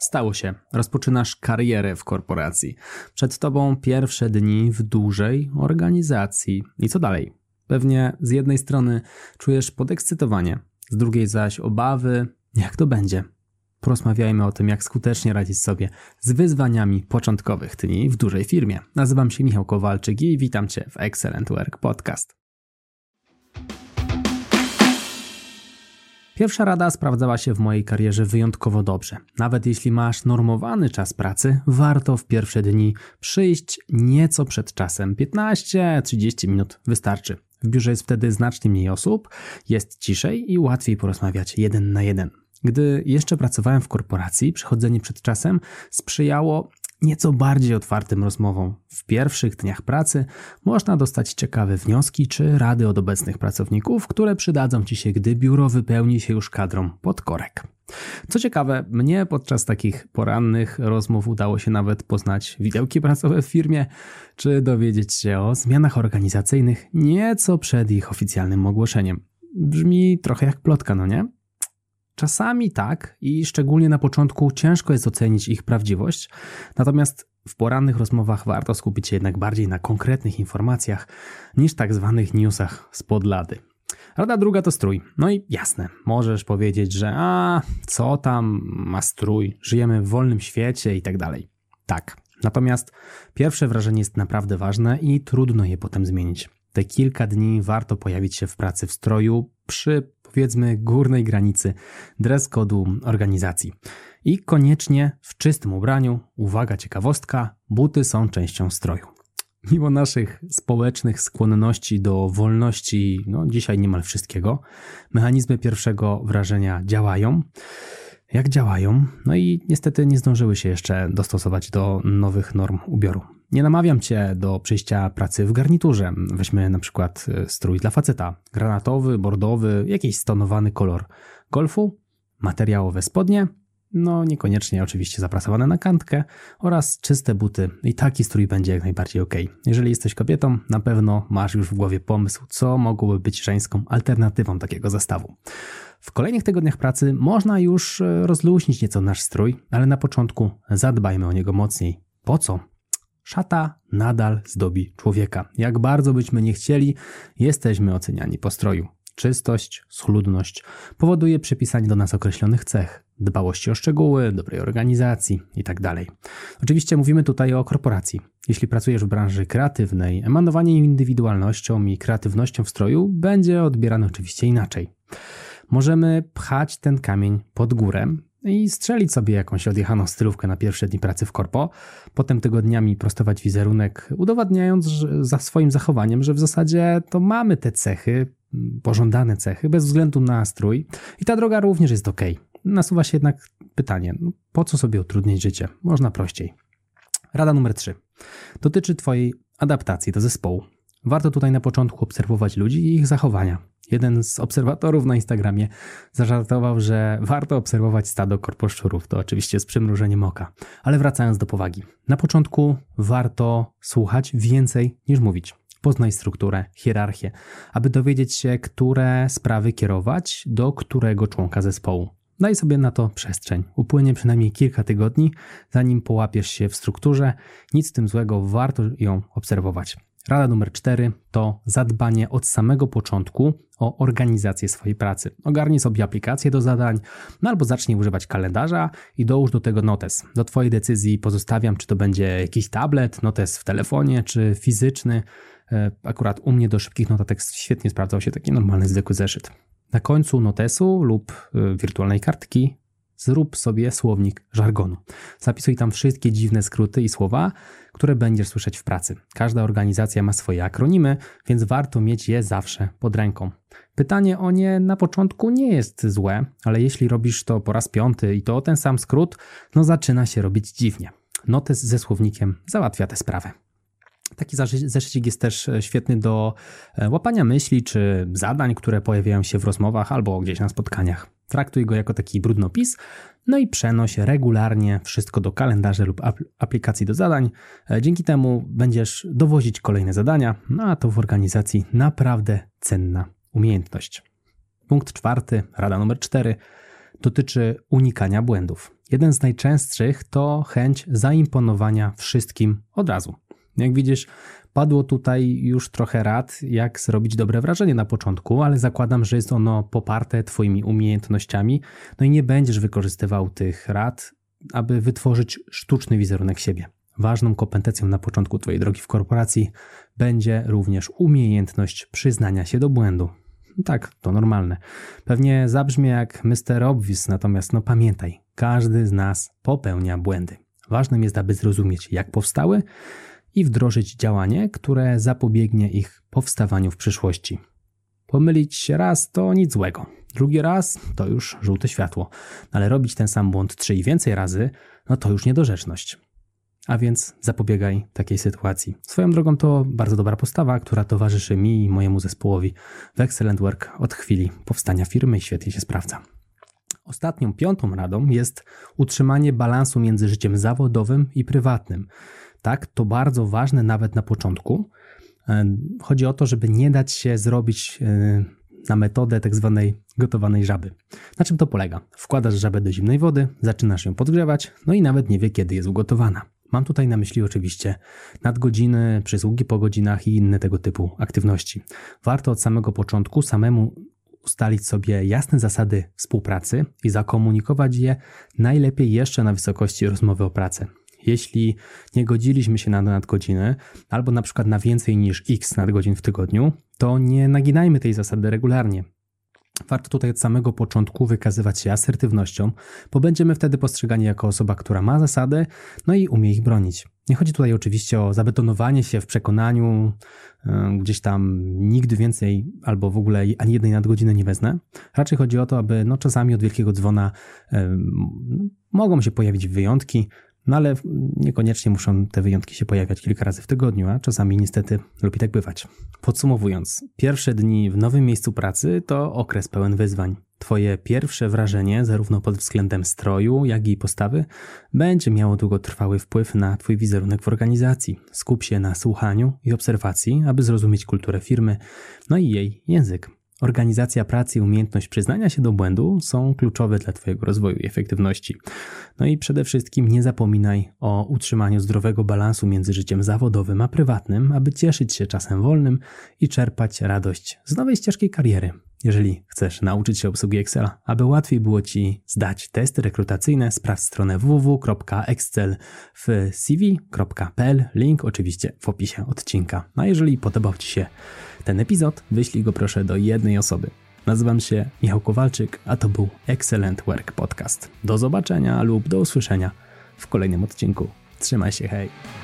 Stało się. Rozpoczynasz karierę w korporacji. Przed tobą pierwsze dni w dużej organizacji. I co dalej? Pewnie z jednej strony czujesz podekscytowanie, z drugiej zaś obawy, jak to będzie. Porozmawiajmy o tym, jak skutecznie radzić sobie z wyzwaniami początkowych dni w dużej firmie. Nazywam się Michał Kowalczyk i witam Cię w Excellent Work Podcast. Pierwsza rada sprawdzała się w mojej karierze wyjątkowo dobrze. Nawet jeśli masz normowany czas pracy, warto w pierwsze dni przyjść nieco przed czasem. 15-30 minut wystarczy. W biurze jest wtedy znacznie mniej osób, jest ciszej i łatwiej porozmawiać 1 na 1. Gdy jeszcze pracowałem w korporacji, przychodzenie przed czasem sprzyjało nieco bardziej otwartym rozmowom. W pierwszych dniach pracy można dostać ciekawe wnioski czy rady od obecnych pracowników, które przydadzą Ci się, gdy biuro wypełni się już kadrą pod korek. Co ciekawe, mnie podczas takich porannych rozmów udało się nawet poznać widełki pracowe w firmie, czy dowiedzieć się o zmianach organizacyjnych nieco przed ich oficjalnym ogłoszeniem. Brzmi trochę jak plotka, no nie? Czasami tak i szczególnie na początku ciężko jest ocenić ich prawdziwość, natomiast w porannych rozmowach warto skupić się jednak bardziej na konkretnych informacjach niż tak zwanych newsach spod lady. Rada druga to strój. No i jasne, możesz powiedzieć, że co tam ma strój, żyjemy w wolnym świecie i tak dalej. Tak, natomiast pierwsze wrażenie jest naprawdę ważne i trudno je potem zmienić. Te kilka dni warto pojawić się w pracy w stroju przy, powiedzmy, górnej granicy dress code'u organizacji. I koniecznie w czystym ubraniu, uwaga, ciekawostka, buty są częścią stroju. Mimo naszych społecznych skłonności do wolności, dzisiaj niemal wszystkiego, mechanizmy pierwszego wrażenia działają. Jak działają? No i niestety nie zdążyły się jeszcze dostosować do nowych norm ubioru. Nie namawiam Cię do przyjścia pracy w garniturze. Weźmy na przykład strój dla faceta. Granatowy, bordowy, jakiś stonowany kolor golfu, materiałowe spodnie, niekoniecznie oczywiście zaprasowane na kantkę oraz czyste buty. I taki strój będzie jak najbardziej ok. Jeżeli jesteś kobietą, na pewno masz już w głowie pomysł, co mogłoby być żeńską alternatywą takiego zestawu. W kolejnych tygodniach pracy można już rozluźnić nieco nasz strój, ale na początku zadbajmy o niego mocniej. Po co? Szata nadal zdobi człowieka. Jak bardzo byśmy nie chcieli, jesteśmy oceniani po stroju. Czystość, schludność powoduje przypisanie do nas określonych cech, dbałości o szczegóły, dobrej organizacji itd. Oczywiście mówimy tutaj o korporacji. Jeśli pracujesz w branży kreatywnej, emanowanie indywidualnością i kreatywnością w stroju będzie odbierane oczywiście inaczej. Możemy pchać ten kamień pod górę i strzelić sobie jakąś odjechaną stylówkę na pierwsze dni pracy w korpo, potem tygodniami prostować wizerunek, udowadniając za swoim zachowaniem, że w zasadzie to mamy te cechy, pożądane cechy, bez względu na strój i ta droga również jest ok. Nasuwa się jednak pytanie, po co sobie utrudniać życie? Można prościej. Rada numer 3. Dotyczy Twojej adaptacji do zespołu. Warto tutaj na początku obserwować ludzi i ich zachowania. Jeden z obserwatorów na Instagramie zażartował, że warto obserwować stado korposzczurów. To oczywiście z przymrużeniem oka. Ale wracając do powagi. Na początku warto słuchać więcej niż mówić. Poznaj strukturę, hierarchię, aby dowiedzieć się, które sprawy kierować do którego członka zespołu. Daj sobie na to przestrzeń. Upłynie przynajmniej kilka tygodni, zanim połapiesz się w strukturze. Nic z tym złego, warto ją obserwować. Rada numer 4 to zadbanie od samego początku o organizację swojej pracy. Ogarnij sobie aplikację do zadań, albo zacznij używać kalendarza i dołóż do tego notes. Do Twojej decyzji pozostawiam, czy to będzie jakiś tablet, notes w telefonie, czy fizyczny. Akurat u mnie do szybkich notatek świetnie sprawdzał się taki normalny, zwykły zeszyt. Na końcu notesu lub wirtualnej kartki zrób sobie słownik żargonu. Zapisuj tam wszystkie dziwne skróty i słowa, które będziesz słyszeć w pracy. Każda organizacja ma swoje akronimy, więc warto mieć je zawsze pod ręką. Pytanie o nie na początku nie jest złe, ale jeśli robisz to po raz 5 i to ten sam skrót, zaczyna się robić dziwnie. Notes ze słownikiem załatwia tę sprawę. Taki zeszycik jest też świetny do łapania myśli czy zadań, które pojawiają się w rozmowach albo gdzieś na spotkaniach. Traktuj go jako taki brudnopis, i przenoś regularnie wszystko do kalendarza lub aplikacji do zadań. Dzięki temu będziesz dowozić kolejne zadania, a to w organizacji naprawdę cenna umiejętność. Punkt 4, rada numer 4, dotyczy unikania błędów. Jeden z najczęstszych to chęć zaimponowania wszystkim od razu. Jak widzisz, padło tutaj już trochę rad, jak zrobić dobre wrażenie na początku, ale zakładam, że jest ono poparte Twoimi umiejętnościami, no i nie będziesz wykorzystywał tych rad, aby wytworzyć sztuczny wizerunek siebie. Ważną kompetencją na początku Twojej drogi w korporacji będzie również umiejętność przyznania się do błędu. Tak, to normalne. Pewnie zabrzmie jak Mr. Obvious, natomiast pamiętaj, każdy z nas popełnia błędy. Ważnym jest, aby zrozumieć, jak powstały i wdrożyć działanie, które zapobiegnie ich powstawaniu w przyszłości. Pomylić się raz to nic złego. Drugi raz to już żółte światło. Ale robić ten sam błąd 3 i więcej razy, to już niedorzeczność. A więc zapobiegaj takiej sytuacji. Swoją drogą to bardzo dobra postawa, która towarzyszy mi i mojemu zespołowi w Excellent Work od chwili powstania firmy i świetnie się sprawdza. Ostatnią, 5. radą jest utrzymanie balansu między życiem zawodowym i prywatnym. Tak, to bardzo ważne nawet na początku. Chodzi o to, żeby nie dać się zrobić na metodę tak zwanej gotowanej żaby. Na czym to polega? Wkładasz żabę do zimnej wody, zaczynasz ją podgrzewać, i nawet nie wie, kiedy jest ugotowana. Mam tutaj na myśli oczywiście nadgodziny, przysługi po godzinach i inne tego typu aktywności. Warto od samego początku samemu ustalić sobie jasne zasady współpracy i zakomunikować je najlepiej jeszcze na wysokości rozmowy o pracy. Jeśli nie godziliśmy się na nadgodziny, albo na przykład na więcej niż x nadgodzin w tygodniu, to nie naginajmy tej zasady regularnie. Warto tutaj od samego początku wykazywać się asertywnością, bo będziemy wtedy postrzegani jako osoba, która ma zasady, i umie ich bronić. Nie chodzi tutaj oczywiście o zabetonowanie się w przekonaniu, gdzieś tam nigdy więcej albo w ogóle ani jednej nadgodziny nie wezmę. Raczej chodzi o to, aby czasami od wielkiego dzwona mogą się pojawić wyjątki, ale niekoniecznie muszą te wyjątki się pojawiać kilka razy w tygodniu, a czasami niestety lubi tak bywać. Podsumowując, pierwsze dni w nowym miejscu pracy to okres pełen wyzwań. Twoje pierwsze wrażenie, zarówno pod względem stroju, jak i postawy, będzie miało długotrwały wpływ na Twój wizerunek w organizacji. Skup się na słuchaniu i obserwacji, aby zrozumieć kulturę firmy, i jej język. Organizacja pracy i umiejętność przyznania się do błędu są kluczowe dla Twojego rozwoju i efektywności. I przede wszystkim nie zapominaj o utrzymaniu zdrowego balansu między życiem zawodowym a prywatnym, aby cieszyć się czasem wolnym i czerpać radość z nowej ścieżki kariery. Jeżeli chcesz nauczyć się obsługi Excela, aby łatwiej było Ci zdać testy rekrutacyjne, sprawdź stronę www.excel.cv.pl, link oczywiście w opisie odcinka. A jeżeli podobał Ci się ten epizod, wyślij go proszę do jednej osoby. Nazywam się Michał Kowalczyk, a to był Excellent Work Podcast. Do zobaczenia lub do usłyszenia w kolejnym odcinku. Trzymaj się, hej!